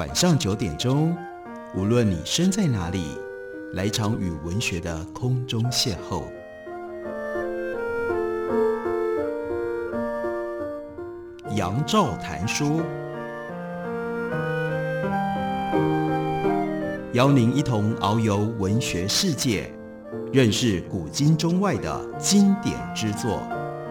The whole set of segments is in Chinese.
晚上9点钟，无论你身在哪里，来一场与文学的空中邂逅。杨照谈书，邀您一同遨游文学世界，认识古今中外的经典之作。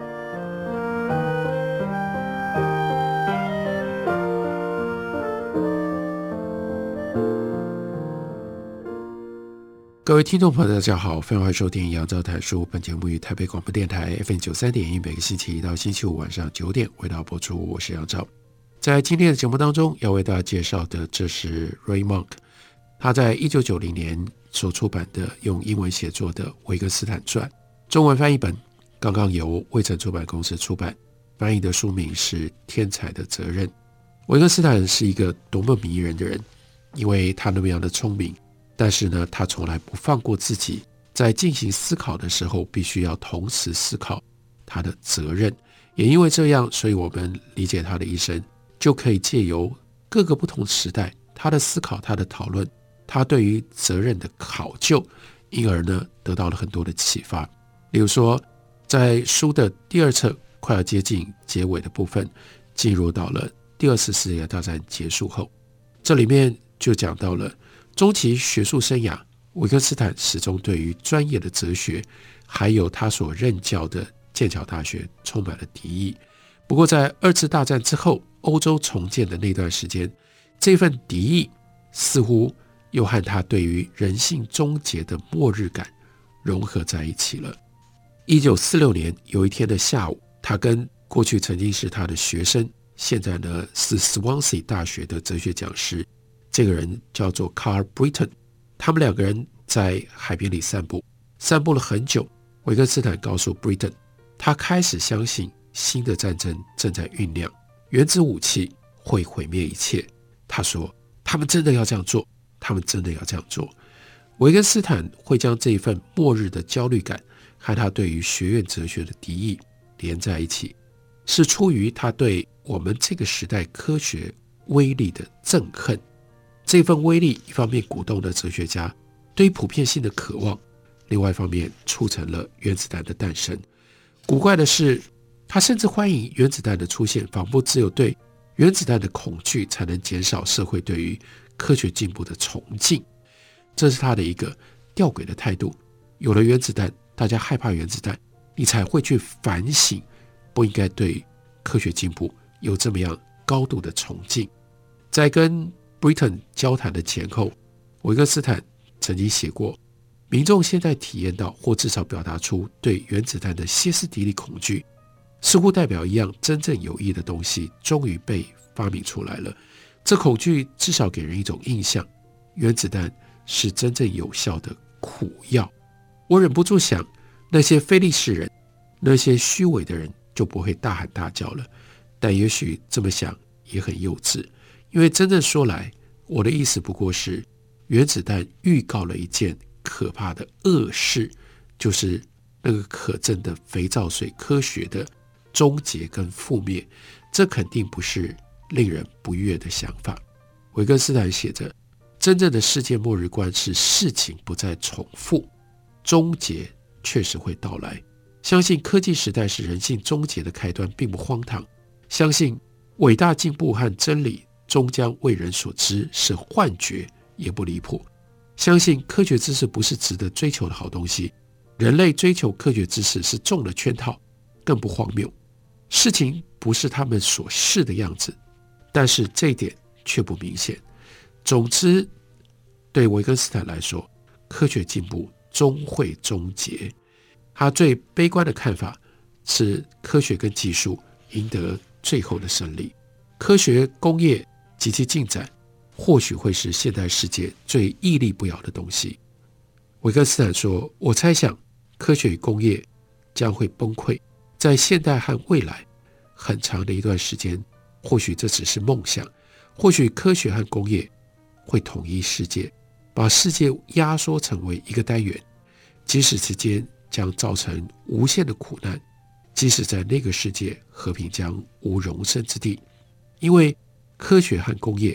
各位听众朋友大家好，欢迎收听杨照谈书。本节目于台北广播电台 FM93.1， 每个星期一到星期五晚上9点为大家播出。我是杨照。在今天的节目当中要为大家介绍的，这是 Ray Monk 他在1990年所出版的用英文写作的《维根斯坦传》，中文翻译本刚刚由卫城出版公司出版，翻译的书名是《天才的责任》。维根斯坦是一个多么迷人的人，因为他那么样的聪明，但是呢，他从来不放过自己，在进行思考的时候必须要同时思考他的责任。也因为这样，所以我们理解他的一生，就可以借由各个不同时代他的思考，他的讨论，他对于责任的考究，因而呢得到了很多的启发。例如说，在书的第2册快要接近结尾的部分，进入到了第2次世界大战结束后，这里面就讲到了终其学术生涯，维根斯坦始终对于专业的哲学还有他所任教的剑桥大学充满了敌意。不过在2次大战之后，欧洲重建的那段时间，这份敌意似乎又和他对于人性终结的末日感融合在一起了。1946年有一天的下午，他跟过去曾经是他的学生，现在呢是 Swansea 大学的哲学讲师，这个人叫做 Carl Britton， 他们2个人在海边里散步了很久。维根斯坦告诉 Britton， 他开始相信新的战争正在酝酿，原子武器会毁灭一切。他说他们真的要这样做，他们真的要这样做。维根斯坦会将这一份末日的焦虑感和他对于学院哲学的敌意连在一起，是出于他对我们这个时代科学威力的憎恨。这份威力一方面鼓动了哲学家对于普遍性的渴望，另外一方面促成了原子弹的诞生。古怪的是，他甚至欢迎原子弹的出现，仿佛只有对原子弹的恐惧才能减少社会对于科学进步的崇敬。这是他的一个吊诡的态度。有了原子弹，大家害怕原子弹，你才会去反省不应该对科学进步有这么样高度的崇敬。在跟 Britton 交谈的前后，维根斯坦曾经写过，民众现在体验到或至少表达出对原子弹的歇斯底里恐惧，似乎代表一样真正有益的东西终于被发明出来了。这恐惧至少给人一种印象，原子弹是真正有效的苦药。我忍不住想，那些非利士人，那些虚伪的人就不会大喊大叫了。但也许这么想也很幼稚，因为真正说来，我的意思不过是原子弹预告了一件可怕的恶事，就是那个可憎的肥皂水科学的终结跟覆灭。这肯定不是令人不悦的想法。维根斯坦写着，真正的世界末日观是事情不再重复，终结确实会到来。相信科技时代是人性终结的开端并不荒唐，相信伟大进步和真理终将为人所知是幻觉也不离谱，相信科学知识不是值得追求的好东西，人类追求科学知识是中了圈套，更不荒谬。事情不是他们所是的样子，但是这一点却不明显。总之，对维根斯坦来说，科学进步终会终结。他最悲观的看法是科学跟技术赢得最后的胜利。科学工业及其进展或许会是现代世界最屹立不摇的东西。维根斯坦说，我猜想科学与工业将会崩溃，在现代和未来很长的一段时间，或许这只是梦想，或许科学和工业会统一世界，把世界压缩成为一个单元，即使之间将造成无限的苦难，即使在那个世界和平将无容身之地，因为科学和工业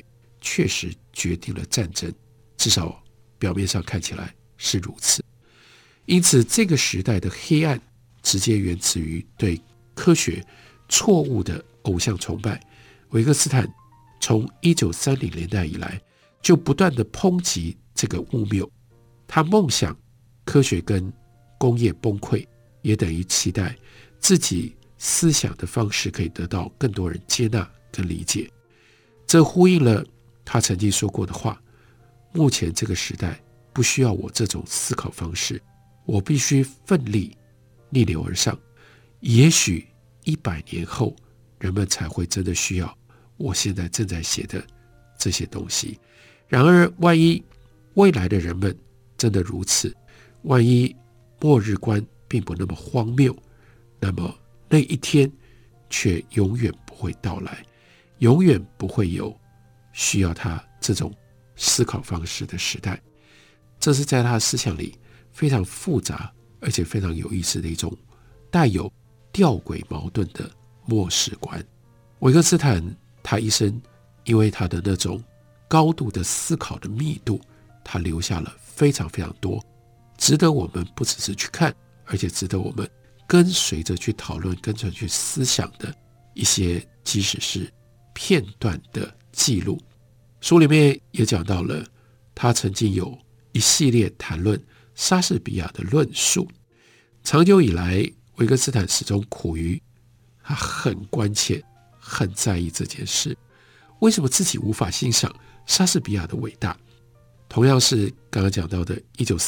确实决定了战争，至少表面上看起来是如此。因此这个时代的黑暗直接源自于对科学错误的偶像崇拜。维克斯坦从1930年代以来就不断的抨击这个误谬，他梦想科学跟工业崩溃，也等于期待自己思想的方式可以得到更多人接纳跟理解。这呼应了他曾经说过的话，目前这个时代不需要我这种思考方式，我必须奋力逆流而上，也许100年后人们才会真的需要我现在正在写的这些东西。然而万一未来的人们真的如此，万一末日观并不那么荒谬，那么那一天却永远不会到来，永远不会有需要他这种思考方式的时代。这是在他的思想里非常复杂而且非常有意思的一种带有吊诡矛盾的末世观。维克斯坦他一生因为他的那种高度的思考的密度，他留下了非常非常多值得我们不只是去看，而且值得我们跟随着去讨论，跟着去思想的一些即使是片段的记录。书里面也讲到了他曾经有一系列谈论莎士比亚的论述。长久以来维克斯坦始终苦于他很关切很在意这件事，为什么自己无法欣赏莎士比亚的伟大。同样是刚刚讲到的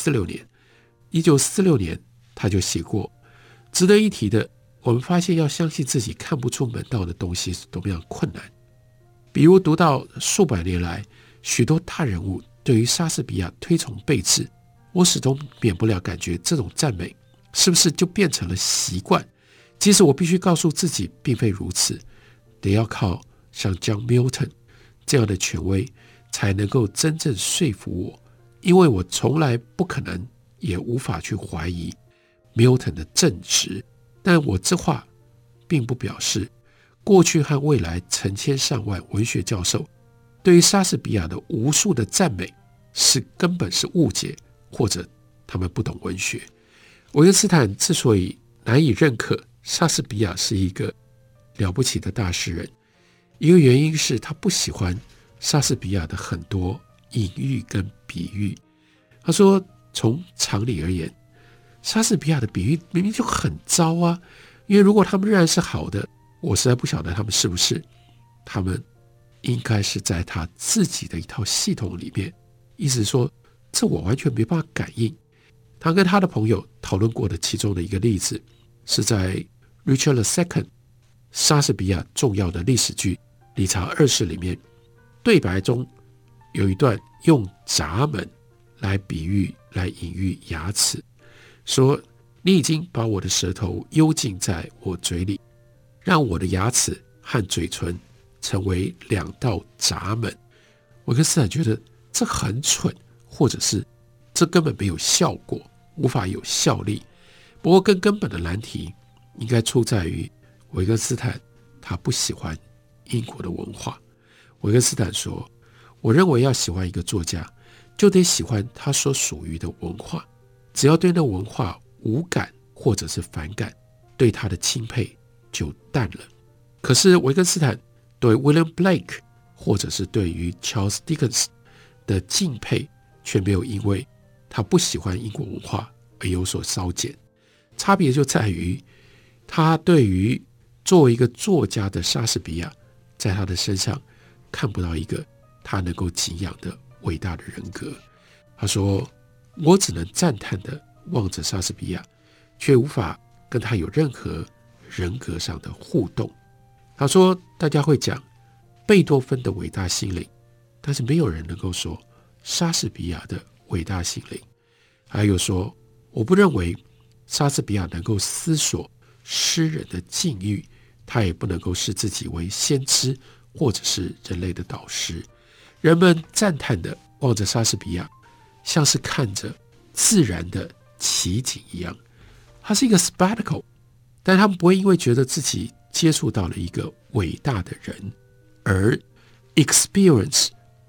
1946年他就写过，值得一提的，我们发现要相信自己看不出门道的东西是多么样困难。比如读到数百年来许多大人物对于莎士比亚推崇备至，我始终免不了感觉这种赞美是不是就变成了习惯。即使我必须告诉自己并非如此，得要靠像 John Milton 这样的权威才能够真正说服我，因为我从来不可能也无法去怀疑 Milton 的正直。但我这话并不表示过去和未来成千上万文学教授对于莎士比亚的无数的赞美根本是误解，或者他们不懂文学。维克斯坦之所以难以认可莎士比亚是一个了不起的大诗人，一个原因是他不喜欢莎士比亚的很多隐喻跟比喻。他说从常理而言，莎士比亚的比喻明明就很糟啊，因为如果他们仍然是好的，我实在不晓得他们是不是，他们应该是在他自己的一套系统里面，意思说这我完全没办法感应。他跟他的朋友讨论过的其中的一个例子，是在 Richard II 莎士比亚重要的历史剧《理查二世》里面，对白中有一段用闸门来比喻来隐喻牙齿，说你已经把我的舌头幽禁在我嘴里，让我的牙齿和嘴唇成为2道闸门。维克斯坦觉得这很蠢，或者是这根本没有效果，无法有效力。不过更根本的难题应该出在于维克斯坦他不喜欢英国的文化。维克斯坦说，我认为要喜欢一个作家，就得喜欢他所属于的文化，只要对那文化无感或者是反感，对他的钦佩就淡了。可是维克斯坦对 William Blake 或者是对于 Charles Dickens 的敬佩，却没有因为他不喜欢英国文化而有所稍减。差别就在于他对于作为一个作家的莎士比亚，在他的身上看不到一个他能够敬仰的伟大的人格。他说，我只能赞叹地望着莎士比亚，却无法跟他有任何人格上的互动。他说，大家会讲贝多芬的伟大心灵，但是没有人能够说莎士比亚的伟大心灵。还有说，我不认为莎士比亚能够思索诗人的境遇，他也不能够视自己为先知或者是人类的导师。人们赞叹地望着莎士比亚，像是看着自然的奇景一样，他是一个 spectacle， 但他们不会因为觉得自己接触到了一个伟大的人而 experience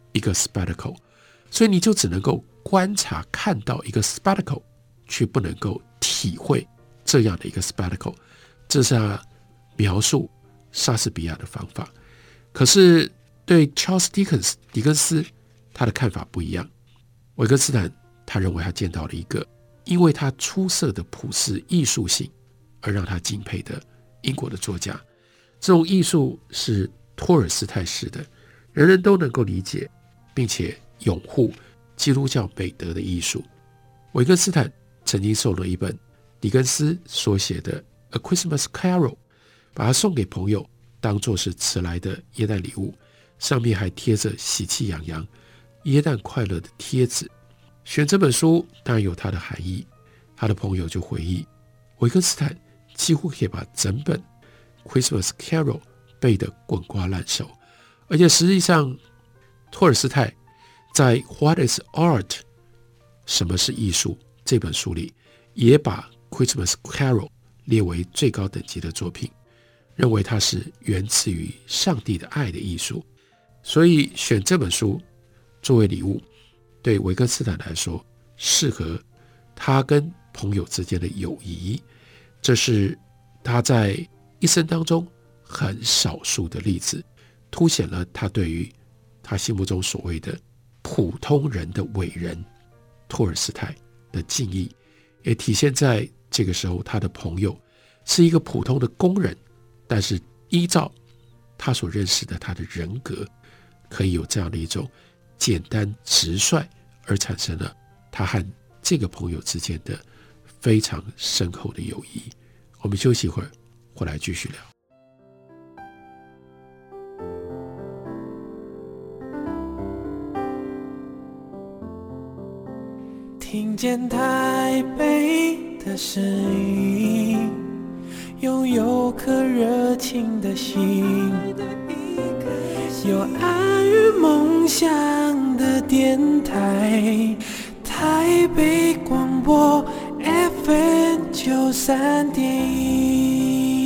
一个 spectacle， 所以你就只能够观察看到一个 spectacle， 却不能够体会这样的一个 spectacle。 这是他描述莎士比亚的方法。可是对 Charles Dickens 狄更斯他的看法不一样。维根斯坦他认为他见到了一个因为他出色的普世艺术性而让他敬佩的英国的作家。这种艺术是托尔斯泰式的，人人都能够理解并且拥护基督教美德的艺术。维根斯坦曾经送了一本狄更斯所写的 A Christmas Carol， 把它送给朋友当作是迟来的耶诞礼物，上面还贴着喜气洋洋耶诞快乐的贴纸。选这本书当然有它的含义，他的朋友就回忆，维根斯坦几乎可以把整本 Christmas Carol 背得滚瓜烂熟。而且实际上托尔斯泰在 What is Art 什么是艺术这本书里也把 Christmas Carol 列为最高等级的作品，认为它是源自于上帝的爱的艺术。所以选这本书作为礼物，对维根斯坦来说适合他跟朋友之间的友谊。这是他在一生当中很少数的例子，凸显了他对于他心目中所谓的普通人的伟人托尔斯泰的敬意，也体现在这个时候他的朋友是一个普通的工人，但是依照他所认识的他的人格，可以有这样的一种简单直率，而产生了他和这个朋友之间的非常深厚的友谊。我们休息一会儿，回来继续聊。 听见台北的声音，拥有颗热情的心，有爱与梦想的电台，台北广播 FM93.1。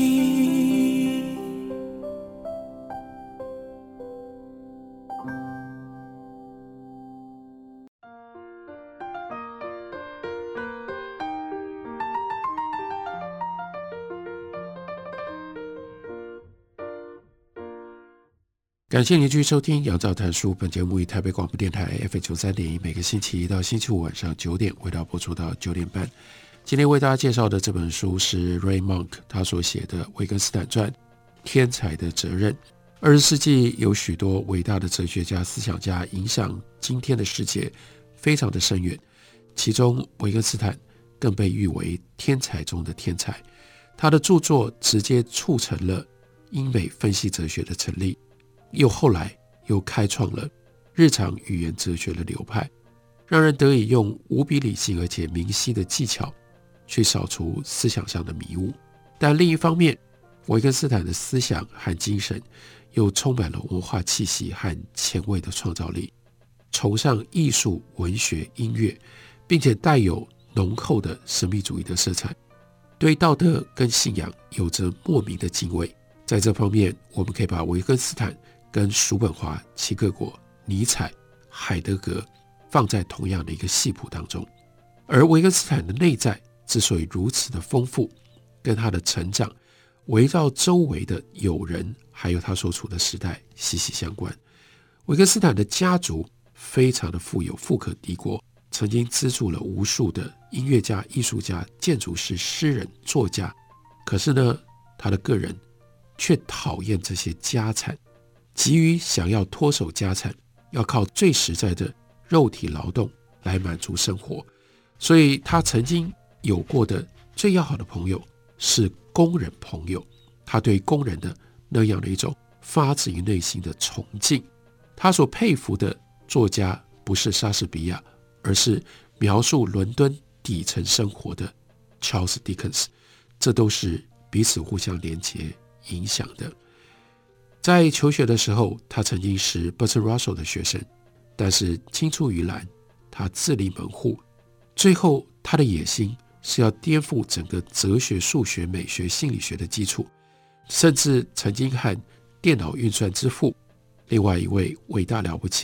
感谢您继续收听杨照谈书，本节目以台北广播电台 FM93.1每个星期一到星期五晚上9点为大家播出到9点半。今天为大家介绍的这本书是 Ray Monk 他所写的《维根斯坦传：天才的责任》。20世纪有许多伟大的哲学家、思想家影响今天的世界非常的深远，其中维根斯坦更被誉为天才中的天才。他的著作直接促成了英美分析哲学的成立，后来又开创了日常语言哲学的流派，让人得以用无比理性而且明晰的技巧去扫除思想上的迷雾。但另一方面，维根斯坦的思想和精神又充满了文化气息和前卫的创造力，崇尚艺术、文学、音乐，并且带有浓厚的神秘主义的色彩，对道德跟信仰有着莫名的敬畏。在这方面，我们可以把维根斯坦跟叔本华、齐克果、尼采、海德格放在同样的一个系谱当中。而维根斯坦的内在之所以如此的丰富，跟他的成长围绕周围的友人还有他所处的时代息息相关。维根斯坦的家族非常的富有，富可敌国，曾经资助了无数的音乐家、艺术家、建筑师、诗人、作家。可是呢，他的个人却讨厌这些家产，急于想要脱手家产，要靠最实在的肉体劳动来满足生活。所以他曾经有过的最要好的朋友是工人朋友，他对工人的那样的一种发自于内心的崇敬。他所佩服的作家不是莎士比亚，而是描述伦敦底层生活的 Charles Dickens， 这都是彼此互相连结影响的。在求学的时候，他曾经是 Bertrand Russell 的学生，但是青出于蓝，他自立门户。最后他的野心是要颠覆整个哲学、数学、美学、心理学的基础，甚至曾经和电脑运算之父另外一位伟大了不起的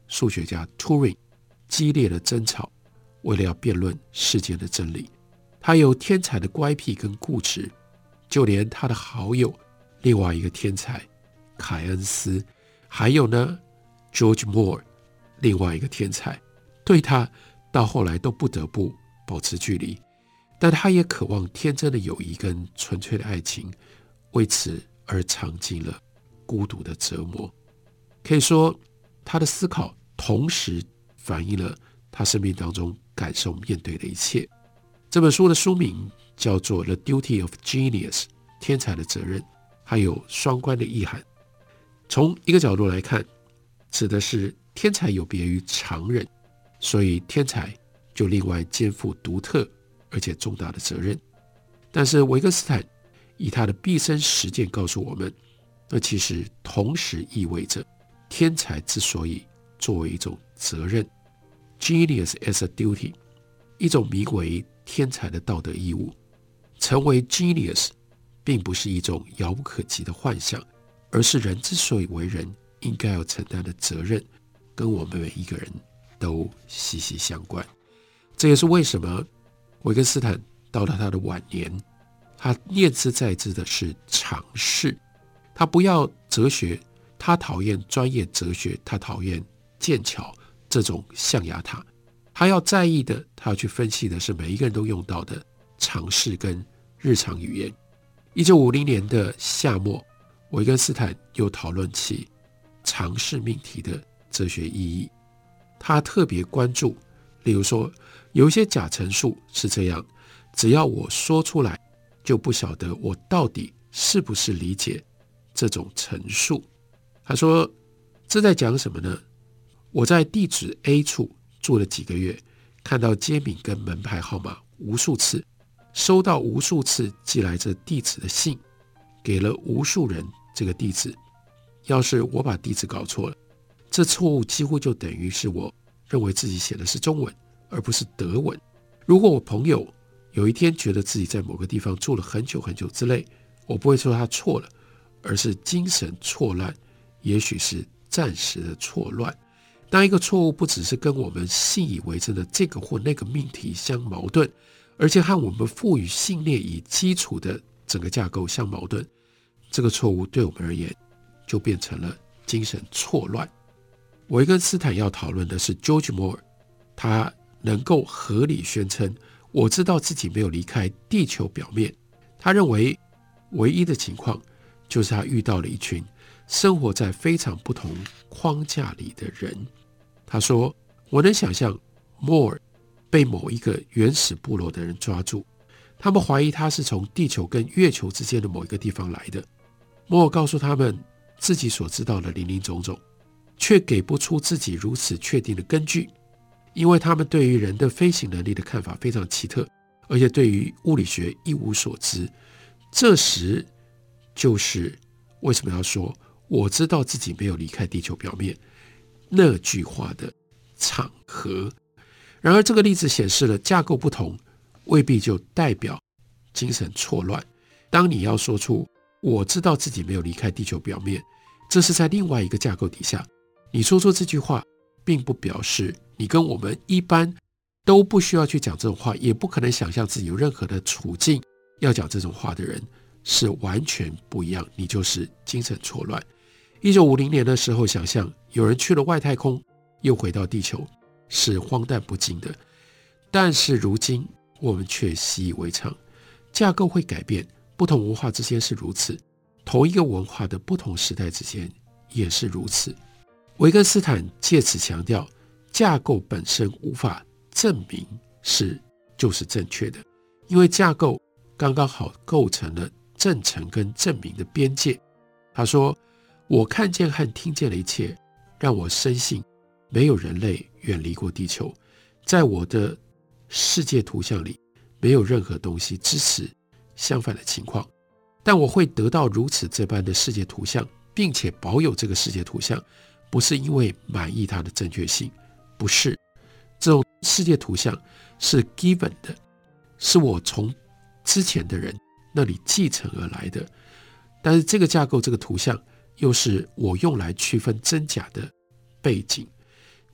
数学家 Turing 激烈的争吵，为了要辩论世间的真理。他有天才的乖僻跟固执，就连他的好友另外一个天才凯恩斯，还有呢 George Moore 另外一个天才，对他到后来都不得不保持距离。但他也渴望天真的友谊跟纯粹的爱情，为此而尝尽了孤独的折磨。可以说他的思考同时反映了他生命当中感受面对的一切。这本书的书名叫做 The Duty of Genius 天才的责任，还有双关的意涵。从一个角度来看，指的是天才有别于常人，所以天才就另外肩负独特而且重大的责任。但是维根斯坦以他的毕生实践告诉我们，那其实同时意味着天才之所以作为一种责任 Genius as a duty， 一种名为天才的道德义务。成为 Genius 并不是一种遥不可及的幻想，而是人之所以为人应该要承担的责任，跟我们每一个人都息息相关。这也是为什么维根斯坦到了他的晚年，他念兹在兹的是尝试。他不要哲学，他讨厌专业哲学，他讨厌剑桥这种象牙塔。他要在意的，他要去分析的是每一个人都用到的常识跟日常语言。1950年的夏末，维根斯坦又讨论起常识命题的哲学意义。他特别关注，例如说有一些假陈述是这样，只要我说出来，就不晓得我到底是不是理解这种陈述。他说这在讲什么呢？我在地址 A 处住了几个月，看到街名跟门牌号码无数次，收到无数次寄来这地址的信，给了无数人这个地址。要是我把地址搞错了，这错误几乎就等于是我认为自己写的是中文而不是德文。如果我朋友有一天觉得自己在某个地方住了很久很久之类，我不会说他错了，而是精神错乱，也许是暂时的错乱。当一个错误不只是跟我们信以为真的这个或那个命题相矛盾，而且和我们赋予信念以基础的整个架构相矛盾，这个错误对我们而言就变成了精神错乱。维根斯坦要讨论的是 George Moore， 他能够合理宣称我知道自己没有离开地球表面。他认为唯一的情况就是他遇到了一群生活在非常不同框架里的人。他说我能想象 Moore 被某一个原始部落的人抓住，他们怀疑他是从地球跟月球之间的某一个地方来的。Moore告诉他们自己所知道的林林总总，却给不出自己如此确定的根据，因为他们对于人的飞行能力的看法非常奇特，而且对于物理学一无所知。这时就是为什么要说我知道自己没有离开地球表面那句话的场合。然而这个例子显示了架构不同未必就代表精神错乱。当你要说出我知道自己没有离开地球表面，这是在另外一个架构底下，你说出这句话并不表示你跟我们一般都不需要去讲这种话，也不可能想象自己有任何的处境要讲这种话的人是完全不一样，你就是精神错乱。1950年的时候，想象有人去了外太空又回到地球是荒诞不经的，但是如今我们却习以为常。架构会改变，不同文化之间是如此，同一个文化的不同时代之间也是如此。维根斯坦借此强调，架构本身无法证明就是正确的，因为架构刚刚好构成了证成跟证明的边界。他说我看见和听见了一切，让我深信没有人类远离过地球，在我的世界图像里没有任何东西支持相反的情况，但我会得到如此这般的世界图像，并且保有这个世界图像，不是因为满意它的正确性，不是，这种世界图像是 given 的，是我从之前的人那里继承而来的，但是这个架构这个图像又是我用来区分真假的背景。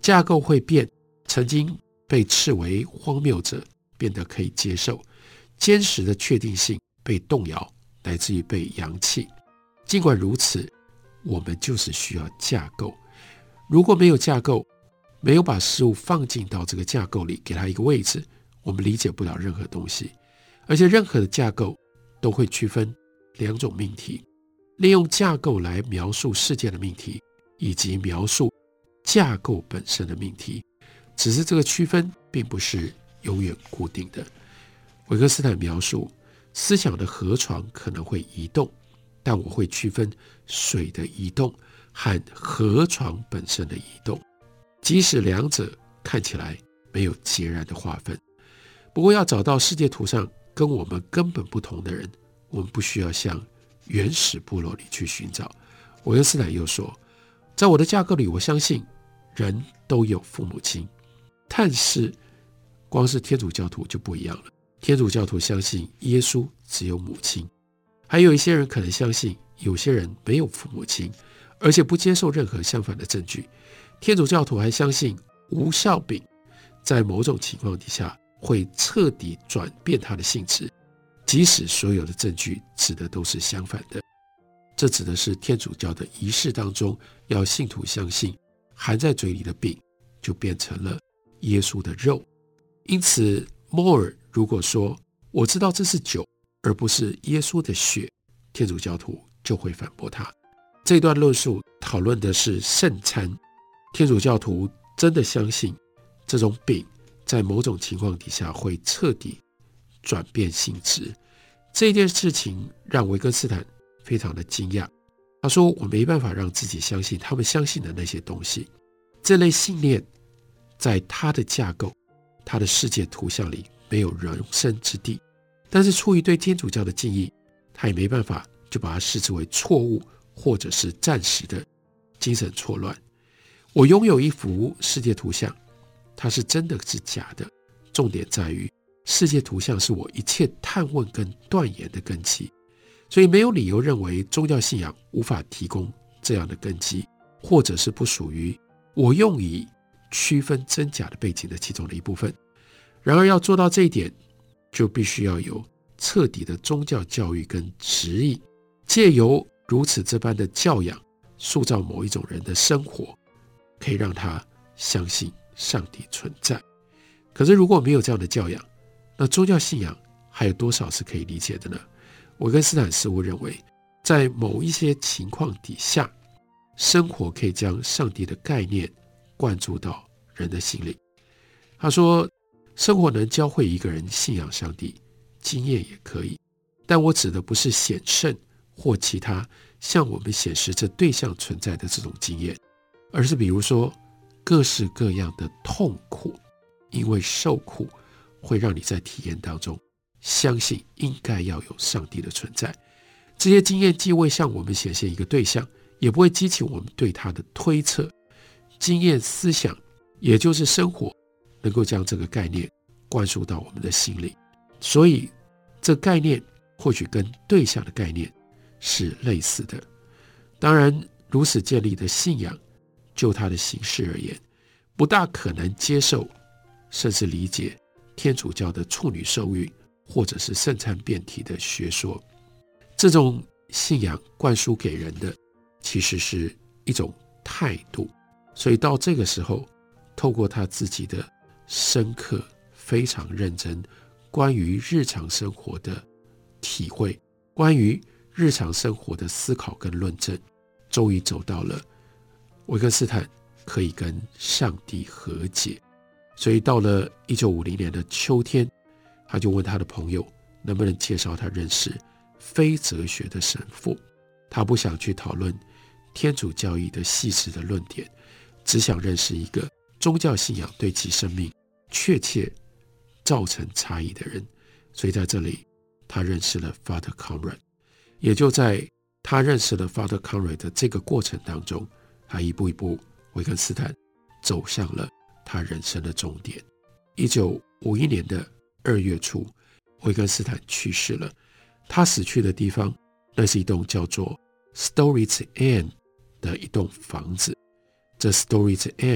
架构会变，曾经被斥为荒谬者变得可以接受，坚实的确定性被动摇，乃至于被扬弃。尽管如此，我们就是需要架构。如果没有架构，没有把事物放进到这个架构里，给它一个位置，我们理解不了任何东西。而且任何的架构都会区分两种命题，利用架构来描述事件的命题，以及描述架构本身的命题。只是这个区分并不是永远固定的。维根斯坦描述思想的河床可能会移动，但我会区分水的移动和河床本身的移动，即使两者看起来没有截然的划分。不过要找到世界图上跟我们根本不同的人，我们不需要向原始部落里去寻找。维根斯坦又说，在我的架构里，我相信人都有父母亲，但是光是天主教徒就不一样了。天主教徒相信耶稣只有母亲，还有一些人可能相信有些人没有父母亲，而且不接受任何相反的证据。天主教徒还相信无酵饼在某种情况底下会彻底转变它的性质，即使所有的证据指的都是相反的。这指的是天主教的仪式当中，要信徒相信含在嘴里的饼就变成了耶稣的肉。因此莫尔如果说我知道这是酒而不是耶稣的血，天主教徒就会反驳他。这段论述讨论的是圣餐，天主教徒真的相信这种饼在某种情况底下会彻底转变性质。这件事情让维根斯坦非常的惊讶，他说我没办法让自己相信他们相信的那些东西。这类信念在他的架构，他的世界图像里没有容身之地，但是出于对天主教的敬意，他也没办法就把它视之为错误或者是暂时的精神错乱。我拥有一幅世界图像，它是真的是假的，重点在于世界图像是我一切探问跟断言的根基，所以没有理由认为宗教信仰无法提供这样的根基，或者是不属于我用以区分真假的背景的其中的一部分。然而要做到这一点，就必须要有彻底的宗教教育跟指引，借由如此这般的教养，塑造某一种人的生活，可以让他相信上帝存在。可是如果没有这样的教养，那宗教信仰还有多少是可以理解的呢？维根斯坦似乎认为，在某一些情况底下，生活可以将上帝的概念灌注到人的心里。他说，生活能教会一个人信仰上帝，经验也可以，但我指的不是显圣或其他向我们显示这对象存在的这种经验，而是比如说各式各样的痛苦，因为受苦会让你在体验当中相信应该要有上帝的存在。这些经验既未向我们显现一个对象，也不会激起我们对他的推测。经验思想，也就是生活，能够将这个概念灌输到我们的心里，所以这概念或许跟对象的概念是类似的。当然，如此建立的信仰，就它的形式而言，不大可能接受甚至理解天主教的处女受孕或者是圣餐辩题的学说。这种信仰灌输给人的其实是一种态度，所以到这个时候，透过他自己的深刻非常认真关于日常生活的体会，关于日常生活的思考跟论证，终于走到了维根斯坦可以跟上帝和解。所以到了1950年的秋天，他就问他的朋友能不能介绍他认识非哲学的神父。他不想去讨论天主教义的细致的论点，只想认识一个宗教信仰对其生命确切造成差异的人。所以在这里他认识了 Father Conrad。 也就在他认识了 Father Conrad 的这个过程当中，他一步一步，维根斯坦走向了他人生的终点。1951年的2月初，维根斯坦去世了。他死去的地方，那是一栋叫做 Storey's End 的一栋房子。这 Storey's End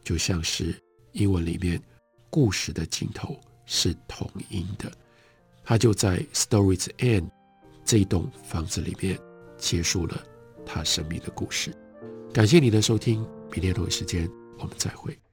就像是英文里面故事的尽头是同音的。他就在 Story's End 这一栋房子里面结束了他生命的故事。感谢你的收听，明天同一时间我们再会。